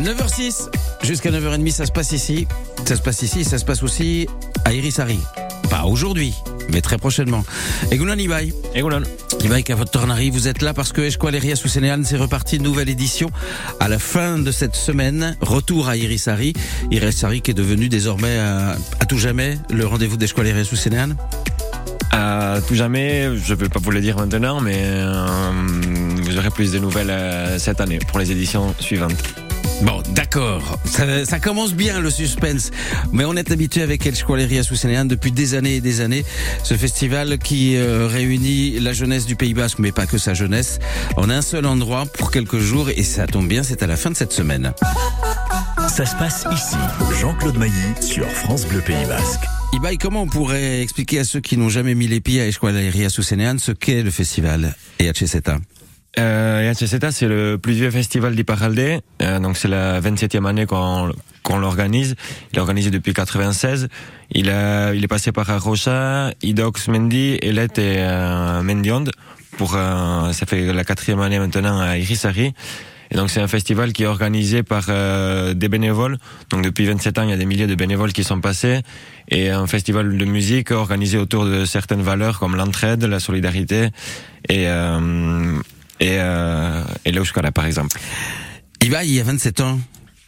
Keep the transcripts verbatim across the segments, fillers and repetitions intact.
neuf heures six, jusqu'à neuf heures trente, ça se passe ici. Ça se passe ici, ça se passe aussi à Irisari. Pas aujourd'hui, mais très prochainement. Egunon Ibai. Egunon. Ibai Kavotornari, vous êtes là parce que Eskualeria Zuzenean, c'est reparti, nouvelle édition à la fin de cette semaine. Retour à Irisari. Irisari qui est devenu désormais à, à tout jamais le rendez-vous d'Eskualeria Zuzenean. À tout jamais, je ne peux pas vous le dire maintenant, mais euh, vous aurez plus de nouvelles euh, cette année pour les éditions suivantes. Bon, d'accord. Ça, ça commence bien le suspense. Mais on est habitué avec Eskualeria Zuzenean depuis des années et des années. Ce festival qui euh, réunit la jeunesse du Pays Basque, mais pas que sa jeunesse, en un seul endroit pour quelques jours. Et ça tombe bien, c'est à la fin de cette semaine. Ça se passe ici. Jean-Claude Mailly sur France Bleu Pays Basque. Ibai, comment on pourrait expliquer à ceux qui n'ont jamais mis les pieds à Eskualeria Zuzenean ce qu'est le festival E H Z A? Euh, E H Z A, c'est le plus vieux festival d'Iparralde. Euh, donc c'est la vingt-septième année qu'on, qu'on l'organise. Il est organisé depuis quatre-vingt-seize. Il a, il est passé par Arrocha, Idox, Mendi, Elet et euh, Mendiond. Pour, euh, ça fait la quatrième année maintenant à Irisari. Et donc c'est un festival qui est organisé par euh, des bénévoles. Donc depuis vingt-sept ans, il y a des milliers de bénévoles qui sont passés. Et un festival de musique organisé autour de certaines valeurs comme l'entraide, la solidarité et euh, et, euh, et l'Euskara par exemple. Ibai, il y a vingt-sept ans.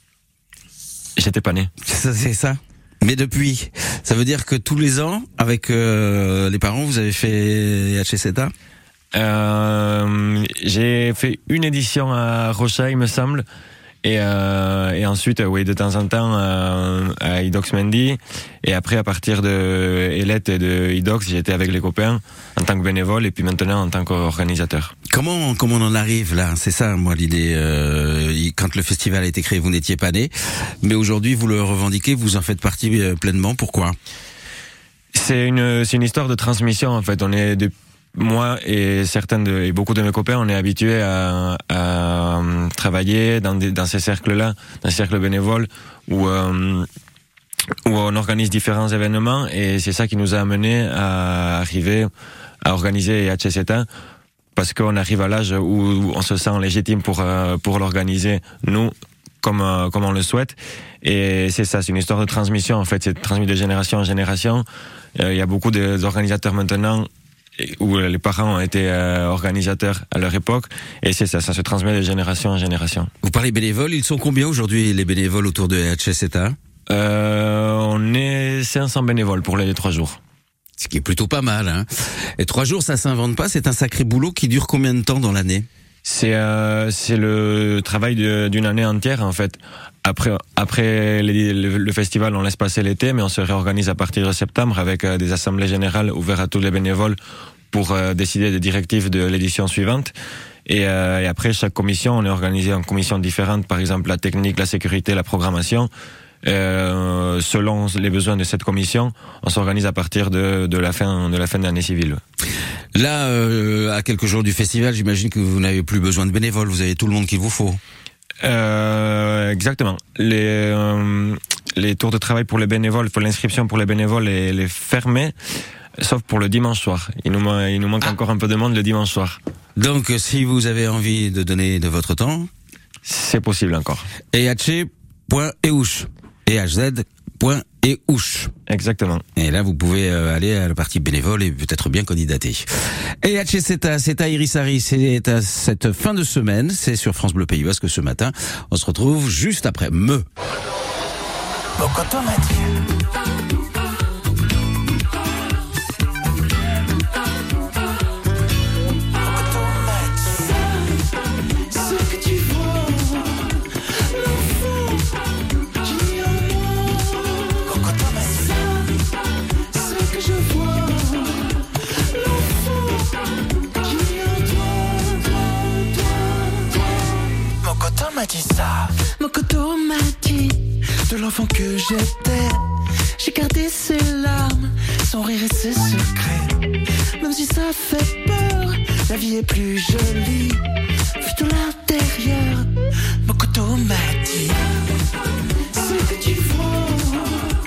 J'étais pas né. Ça, c'est ça. Mais depuis, ça veut dire que tous les ans, avec euh, les parents, vous avez fait E H Z A? Euh, j'ai fait une édition à Rocha, il me semble, et, euh, et ensuite, oui, de temps en temps euh, à Idox Mendi, et après à partir de Elet et de Idox, j'étais avec les copains en tant que bénévole, et puis maintenant en tant qu'organisateur. Comment comment on en arrive là? C'est ça, moi, l'idée. Euh, quand le festival a été créé, vous n'étiez pas né, mais aujourd'hui, vous le revendiquez, vous en faites partie euh, pleinement. Pourquoi? C'est une c'est une histoire de transmission en fait. On est de Moi et certains de, et beaucoup de mes copains, on est habitués à, à travailler dans, des, dans ces cercles-là, dans ces cercles bénévoles, où, euh, où on organise différents événements, et c'est ça qui nous a amené à arriver à organiser E H Z A, parce qu'on arrive à l'âge où on se sent légitime pour, pour l'organiser, nous, comme, comme on le souhaite. Et c'est ça, c'est une histoire de transmission, en fait, c'est transmis de génération en génération. Il y a beaucoup d'organisateurs maintenant où les parents ont été euh, organisateurs à leur époque, et c'est ça, ça se transmet de génération en génération. Vous parlez bénévoles, ils sont combien aujourd'hui les bénévoles autour de E H Z A? euh, On est cinq cents bénévoles pour les trois jours. Ce qui est plutôt pas mal, hein. Et trois jours, ça s'invente pas, c'est un sacré boulot qui dure combien de temps dans l'année? C'est euh, c'est le travail de, d'une année entière en fait. Après après les, le, le festival, on laisse passer l'été, mais on se réorganise à partir de septembre avec euh, des assemblées générales ouvertes à tous les bénévoles pour euh, décider des directives de l'édition suivante. Et, euh, et après chaque commission, on est organisé en commissions différentes, par exemple la technique, la sécurité, la programmation. Euh, selon les besoins de cette commission, on s'organise à partir de, de la fin de la fin de l'année civile. Là, euh, à quelques jours du festival, j'imagine que vous n'avez plus besoin de bénévoles, vous avez tout le monde qu'il vous faut. Euh, exactement. Les, euh, les tours de travail pour les bénévoles, pour l'inscription pour les bénévoles est, est fermée, sauf pour le dimanche soir. Il nous, il nous manque ah. encore un peu de monde le dimanche soir. Donc, si vous avez envie de donner de votre temps, c'est possible encore. E H point E U S H. E H Z point E U S H. Exactement. Et là, vous pouvez euh, aller à la partie bénévole et peut-être bien candidater. E H Z A, c'est à Irisari, c'est à cette fin de semaine, c'est sur France Bleu Pays Basque ce matin. On se retrouve juste après Me. Mokoto Mathieu. M'a dit ça. Mokoto m'a dit de l'enfant que j'étais. J'ai gardé ses larmes, son rire et ses secrets. Même si ça fait peur, la vie est plus jolie vu de l'intérieur. Mokoto m'a dit ce que tu vois,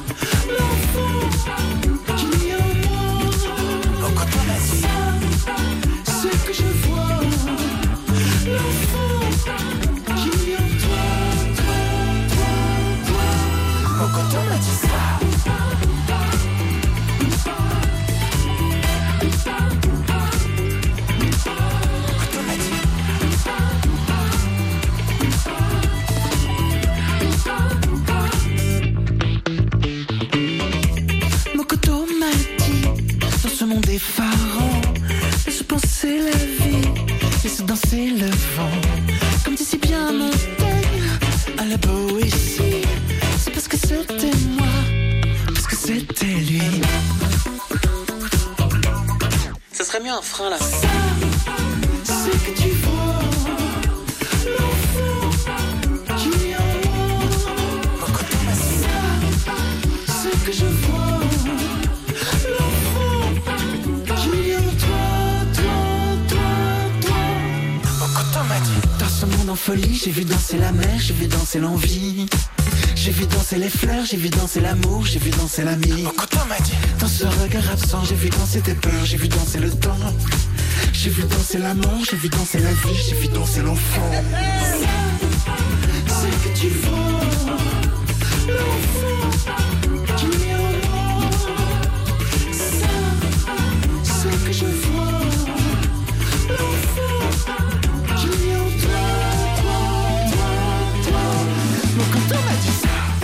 l'enfant qui est en moi. Mokoto m'a dit ce que je vois, l'enfant qui est en toi, toi. un frein là. Ça, c'est que tu vois l'enfant qui est en moi. Ça, c'est que je vois l'enfant qui est en toi, toi, toi, toi. Mokoto m'a dit. Dans ce monde en folie, j'ai vu danser la mer, j'ai vu danser l'envie. J'ai vu danser les fleurs, j'ai vu danser l'amour, j'ai vu danser l'ami. Mokoto m'a dit. Dans ce regard absent, j'ai vu danser tes peurs, j'ai vu danser le temps. J'ai vu danser la mort, j'ai vu danser la vie, j'ai vu danser l'enfant. C'est que tu vois l'enfant qui est en moi. Ça, c'est que je vois l'enfant qui est en toi, toi, toi, toi. Mon canton m'a dit ça.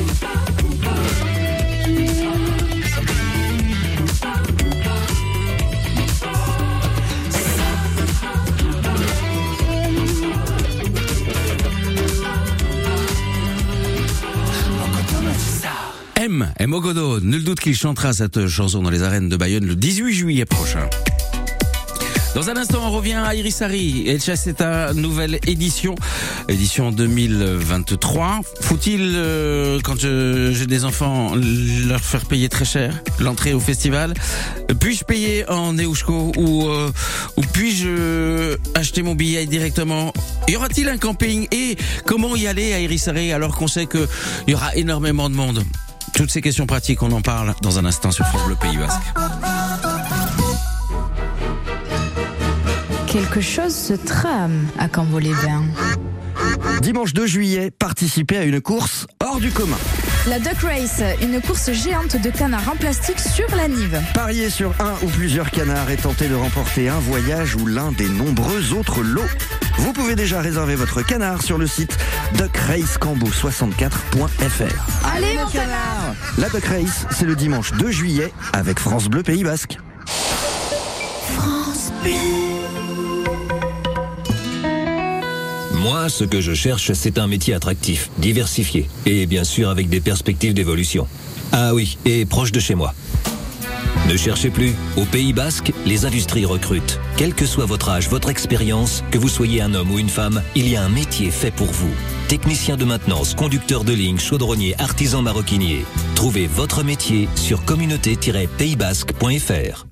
M, M. Ogodo, nul doute qu'il chantera cette chanson dans les arènes de Bayonne le dix-huit juillet prochain. Dans un instant, on revient à Iris Harry. Et c'est ta nouvelle édition, édition deux mille vingt-trois. Faut-il, euh, quand je, j'ai des enfants, leur faire payer très cher l'entrée au festival? Puis-je payer en Neuschko ou, euh, ou puis-je acheter mon billet directement? Y aura-t-il un camping? Et comment y aller à Iris Harry alors qu'on sait qu'il y aura énormément de monde? Toutes ces questions pratiques, on en parle dans un instant sur France Bleu Pays Basque. Quelque chose se trame à Cambo-les-Bains. Dimanche deux juillet, participez à une course hors du commun. La Duck Race, une course géante de canards en plastique sur la Nive. Pariez sur un ou plusieurs canards et tentez de remporter un voyage ou l'un des nombreux autres lots. Vous pouvez déjà réserver votre canard sur le site duck race cambo soixante-quatre point f r. Allez mon canard! La Duck Race, c'est le dimanche deux juillet avec France Bleu Pays Basque. France Bleu. Moi, ce que je cherche, c'est un métier attractif, diversifié, et bien sûr avec des perspectives d'évolution. Ah oui, et proche de chez moi. Ne cherchez plus. Au Pays Basque, les industries recrutent. Quel que soit votre âge, votre expérience, que vous soyez un homme ou une femme, il y a un métier fait pour vous. Technicien de maintenance, conducteur de ligne, chaudronnier, artisan maroquinier. Trouvez votre métier sur communauté tiret pays basque point f r.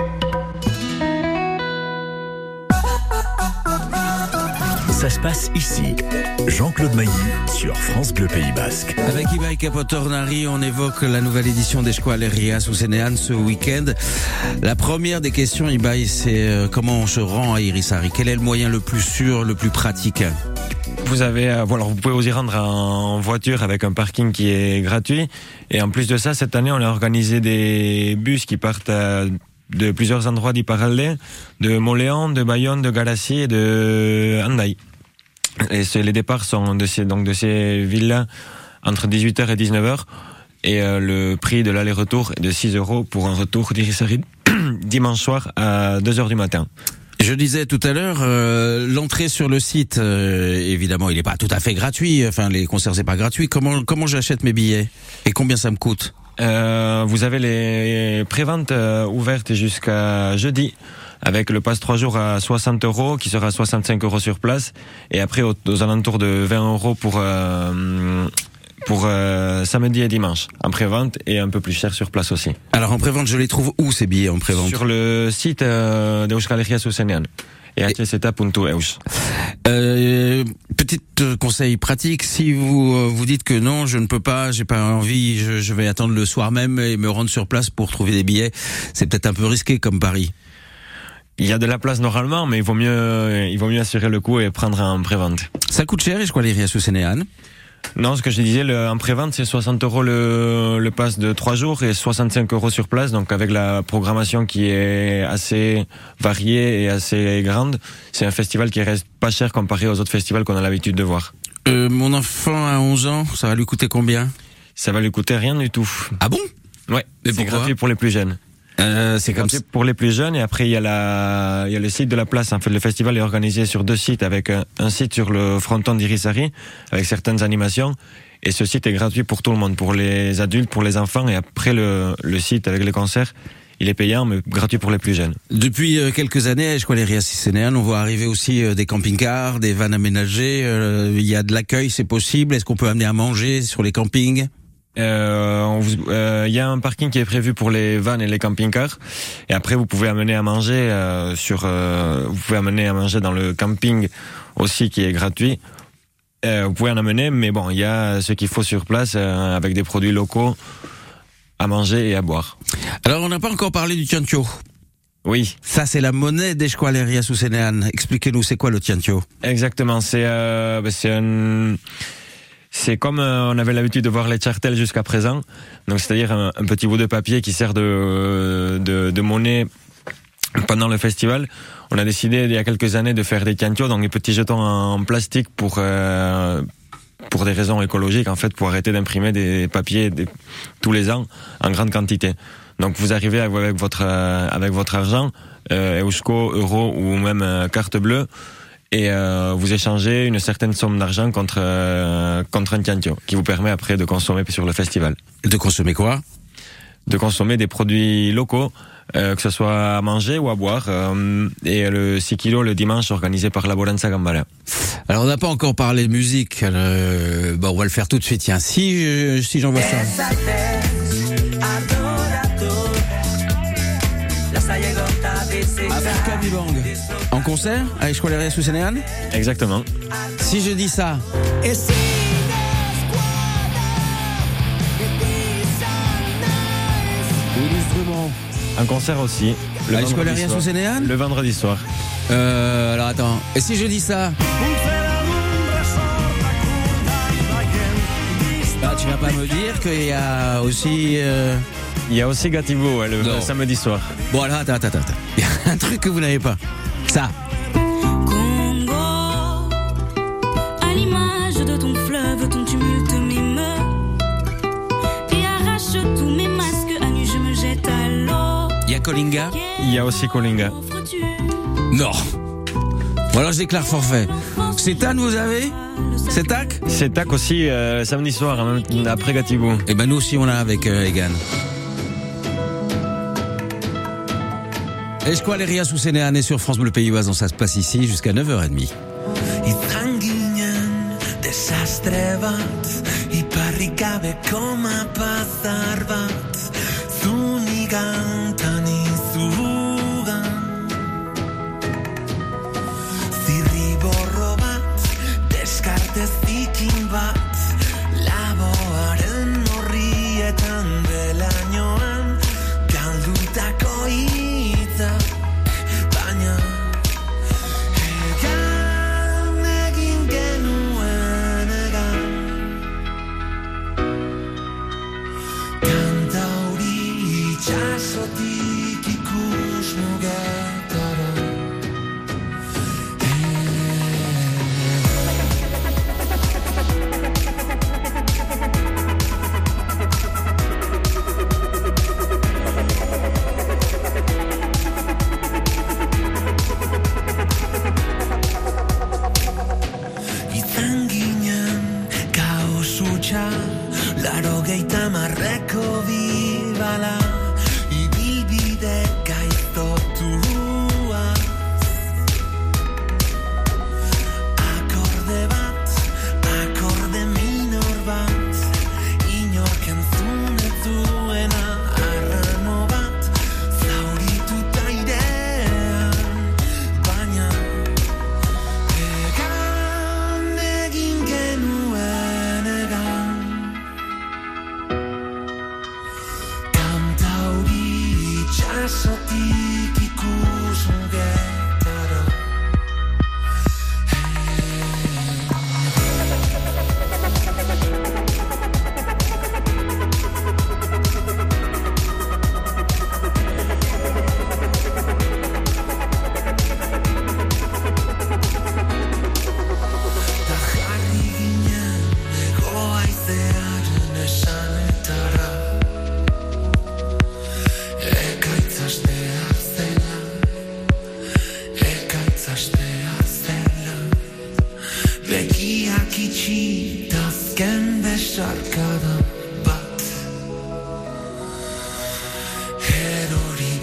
Ça se passe ici. Jean-Claude Mailly sur France Bleu Pays Basque. Avec Ibai Capotornari, on évoque la nouvelle édition d'Esqualeria sous Sénéane ce week-end. La première des questions, Ibai, c'est euh, comment on se rend à Iris Harry? Quel est le moyen le plus sûr, le plus pratique? Vous avez, euh, voilà, vous pouvez vous y rendre en voiture avec un parking qui est gratuit. Et en plus de ça, cette année, on a organisé des bus qui partent à de plusieurs endroits d'Iparralde, de Moléon, de Bayonne, de Galassi et de Hendaye. Et les départs sont de ces, donc de ces villes-là entre dix-huit heures et dix-neuf heures. Et euh, le prix de l'aller-retour est de six euros pour un retour d'Iris Harry dimanche soir à deux heures du matin. Je disais tout à l'heure, euh, l'entrée sur le site, euh, évidemment, il n'est pas tout à fait gratuit. Enfin, les concerts, c'est pas gratuit. Comment, comment j'achète mes billets? Et combien ça me coûte? Euh, vous avez les préventes euh, ouvertes jusqu'à jeudi, avec le pass trois jours à soixante euros, qui sera soixante-cinq euros sur place, et après aux, aux alentours de vingt euros pour euh, pour euh, samedi et dimanche, en prévente, et un peu plus cher sur place aussi. Alors en prévente, je les trouve où ces billets en prévente? Sur le site euh, d'Euskaleria Zuzenean. Et à Tcheseta point eus. Euh, petit conseil pratique, si vous euh, vous dites que non, je ne peux pas, j'ai pas envie, je, je vais attendre le soir même et me rendre sur place pour trouver des billets, c'est peut-être un peu risqué comme pari. Il y a de la place normalement, mais il vaut mieux, il vaut mieux assurer le coup et prendre en prévente. Ça coûte cher, et je crois, les Rias Sénéane. Non, ce que je disais, le, en prévente, c'est soixante euros le, le pass de trois jours et soixante-cinq euros sur place. Donc, avec la programmation qui est assez variée et assez grande, c'est un festival qui reste pas cher comparé aux autres festivals qu'on a l'habitude de voir. Euh, mon enfant a onze ans, ça va lui coûter combien? Ça va lui coûter rien du tout. Ah bon? Ouais, c'est gratuit pour les plus jeunes. Euh, c'est comme ça pour les plus jeunes, et après il y a la il y a le site de la place. En fait, le festival est organisé sur deux sites, avec un, un site sur le fronton d'Iris Harry avec certaines animations, et ce site est gratuit pour tout le monde, pour les adultes, pour les enfants, et après le le site avec les concerts, il est payant, mais gratuit pour les plus jeunes. Depuis euh, quelques années, à Esqualeria Sicénéane, on voit arriver aussi euh, des camping-cars, des vannes aménagées. Euh, il y a de l'accueil, c'est possible. Est-ce qu'on peut amener à manger sur les campings ? Euh, on vous, euh, y a un parking qui est prévu pour les vannes et les camping-cars. Et après, vous pouvez amener à manger euh, sur, euh, vous pouvez amener à manger dans le camping aussi, qui est gratuit. Euh, vous pouvez en amener, mais bon, il y a ce qu'il faut sur place euh, avec des produits locaux à manger et à boire. Alors, on n'a pas encore parlé du tiantio. Oui. Ça, c'est la monnaie d'Esqualeria Sicénéane. Expliquez-nous, c'est quoi le tiantio ? Exactement. C'est, euh, bah, c'est un, c'est comme euh, on avait l'habitude de voir les chartels jusqu'à présent. Donc, c'est-à-dire un, un petit bout de papier qui sert de, de, de monnaie pendant le festival. On a décidé il y a quelques années de faire des tiantios, donc des petits jetons en plastique pour euh, pour des raisons écologiques, en fait, pour arrêter d'imprimer des papiers des, tous les ans en grande quantité. Donc vous arrivez avec votre euh, avec votre argent, euh, Eusko, euro ou même euh, carte bleue, et euh, vous échangez une certaine somme d'argent contre euh, contre un tiantio, qui vous permet après de consommer sur le festival. De consommer quoi ? De consommer des produits locaux. Euh, que ce soit à manger ou à boire, euh, et le six kilos le dimanche organisé par Laboranza Gambara. Alors on n'a pas encore parlé de musique, euh, bah on va le faire tout de suite. Tiens, si je, si j'envoie ça. Africa Bibang. En concert à Esqualeria Sicénéane ? Exactement. Si je dis ça. L'instrument. Un concert aussi. Le Esqualeria Sicénéane ? Le vendredi soir. Euh, alors attends. Et si je dis ça ? Ah, tu vas pas me dire qu'il y a aussi... Euh... Il y a aussi Gatibo, ouais, le non. samedi soir. Bon alors attends, attends, attends. Il y a un truc que vous n'avez pas. Ça. Congo, à l'image de ton fleuve, ton tumulte m'émeut et arrache tous mes masques, à nu je me jette à l'eau. Il y a Kolinga ? Il y a aussi Kolinga. Non. Bon alors je déclare forfait. Cétane vous avez ? Cétac ? Cétac aussi euh, samedi soir, hein, après Gatibo. Et ben nous aussi on l'a avec euh, Egan. Esqualeria Sicénéane sur France Bleu Pays Basque, ça se passe ici jusqu'à neuf heures trente. Izan ginen desastre bat, iparrik gabe koma pazar bat, zunigan tanizugan. Zirriborro bat, deskarte zikin bat, laboaren horrietan belainoan, galdutako hitza, baina egan egin genuen egan. Kanta hori itxasotik ikus mugetara. Izan ginen kaos hutsa, laurogeita hamarreko bibala, ibilbide gaiztotuaz. Akorde bat, akorde minor bat, inork entzun ez duena arramo bat, zaurituta airean, baina egan egin genuen egan. Kanta hori itxasotik ikus mugetara. Ta jarri ginen hego haizearen esanetara. Ekaitz astea zela, ekaitz astea zela, begiak itxi ta azken besarkada bat. Erori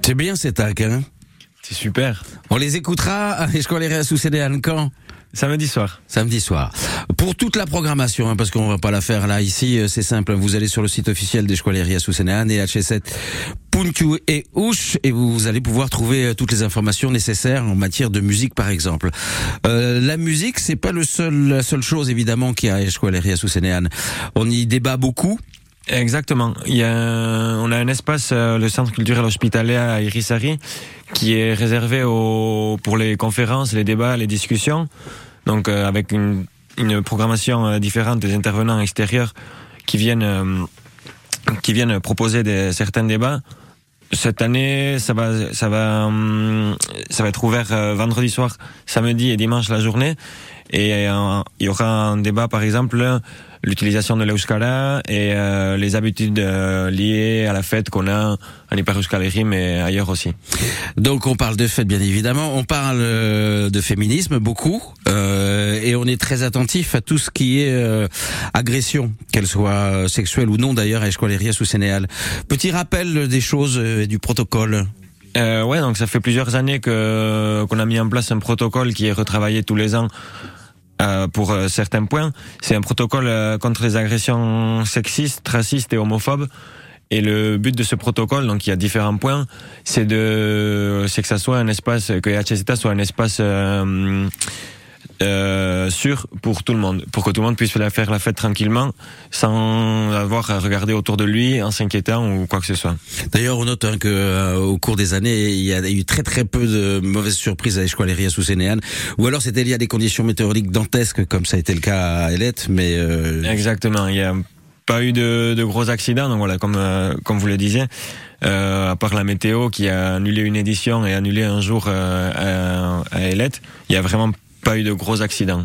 C'est bien ces tacs, hein? C'est super. On les écoutera à Escualeria Zuzenean quand? Samedi soir. Samedi soir. Pour toute la programmation, hein, parce qu'on va pas la faire là, ici, c'est simple. Vous allez sur le site officiel d'Escualeria Zuzenean et H S sept Puntu et Ush et vous allez pouvoir trouver toutes les informations nécessaires en matière de musique, par exemple. Euh, la musique, c'est pas le seul, la seule chose, évidemment, qu'il y a à Escualeria Zuzenean. On y débat beaucoup. Exactement. Il y a, on a un espace, euh, le centre culturel hospitalier à Irisari, qui est réservé aux, pour les conférences, les débats, les discussions. Donc, euh, avec une, une programmation euh, différente des intervenants extérieurs qui viennent, euh, qui viennent proposer des, certains débats. Cette année, ça va, ça va, hum, ça va être ouvert euh, vendredi soir, samedi et dimanche la journée. Et euh, il y aura un débat, par exemple, l'utilisation de l'euskara et euh, les habitudes euh, liées à la fête qu'on a en Ipar Euskal Herri, mais ailleurs aussi. Donc on parle de fête, bien évidemment, on parle euh, de féminisme beaucoup, euh, et on est très attentif à tout ce qui est euh, agression, qu'elle soit sexuelle ou non d'ailleurs à Escualeria Zuzenean. Petit rappel des choses et euh, du protocole. Euh, ouais, donc ça fait plusieurs années que qu'on a mis en place un protocole qui est retravaillé tous les ans. Euh, pour euh, certains points, c'est un protocole euh, contre les agressions sexistes, racistes et homophobes. Et le but de ce protocole, donc il y a différents points, c'est de, c'est que ça soit un espace, que H S Z soit un espace euh, euh, sûr pour tout le monde, pour que tout le monde puisse faire la fête tranquillement, sans avoir à regarder autour de lui, en s'inquiétant ou quoi que ce soit. D'ailleurs, on note hein, que euh, au cours des années, il y a eu très très peu de mauvaises surprises à Escualeria Zuzenean, ou alors c'était lié à des conditions météorologiques dantesques, comme ça a été le cas à Elette, mais euh... exactement. Il y a pas eu de, de gros accidents, donc voilà, comme euh, comme vous le disiez, euh, à part la météo qui a annulé une édition et annulé un jour euh, à, à Elette, il y a vraiment pas eu de gros accidents.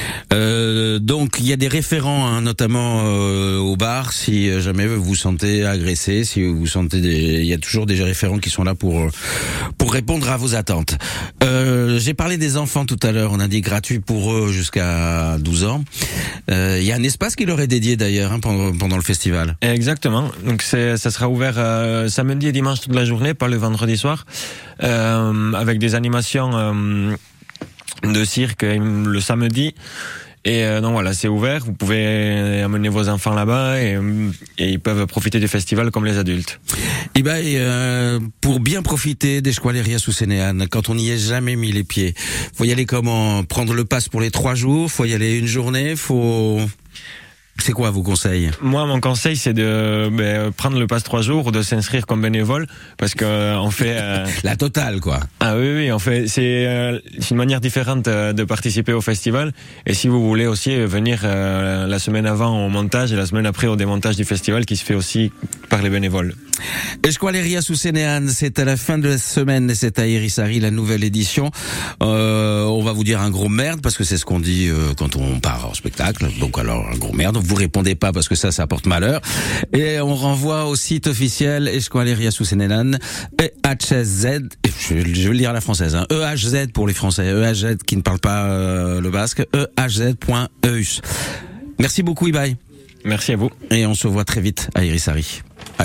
Euh, donc il y a des référents, hein, notamment euh, au bar, si jamais vous vous sentez agressé, si vous vous sentez des... il y a toujours des référents qui sont là pour pour répondre à vos attentes. Euh, j'ai parlé des enfants tout à l'heure, on a dit gratuit pour eux jusqu'à douze ans. Euh, il y a un espace qui leur est dédié d'ailleurs hein, pendant, pendant le festival. Exactement, donc c'est, ça sera ouvert euh, samedi et dimanche toute la journée, pas le vendredi soir, euh, avec des animations euh, de cirque le samedi. Et euh, donc voilà, c'est ouvert, vous pouvez amener vos enfants là-bas et, et ils peuvent profiter du festival comme les adultes. Et ben, euh, pour bien profiter d'Escualeria Zuzenean, quand on n'y est jamais mis les pieds, faut y aller comment? Prendre le pass pour les trois jours, faut y aller une journée, faut... C'est quoi vos conseils? Moi, mon conseil, c'est de ben, prendre le pass trois jours ou de s'inscrire comme bénévole, parce que euh, on fait euh... la totale, quoi. Ah oui, oui, on fait. C'est, euh, c'est une manière différente euh, de participer au festival. Et si vous voulez aussi venir euh, la semaine avant au montage et la semaine après au démontage du festival, qui se fait aussi par les bénévoles. Escualeria Zuzenean, c'est à la fin de la semaine, c'est à Irisari, la nouvelle édition. Euh, on va vous dire un gros merde, parce que c'est ce qu'on dit euh, quand on part en spectacle. Donc alors, un gros merde. Vous répondez pas parce que ça, ça porte malheur. Et on renvoie au site officiel Escualeria Zuzenean, E H S Z, je, je vais le dire à la française, hein, E H Z pour les Français, E H Z qui ne parlent pas euh, le basque, E H Z point E U S. Merci beaucoup, Ibai. Merci à vous. Et on se voit très vite à Irisari.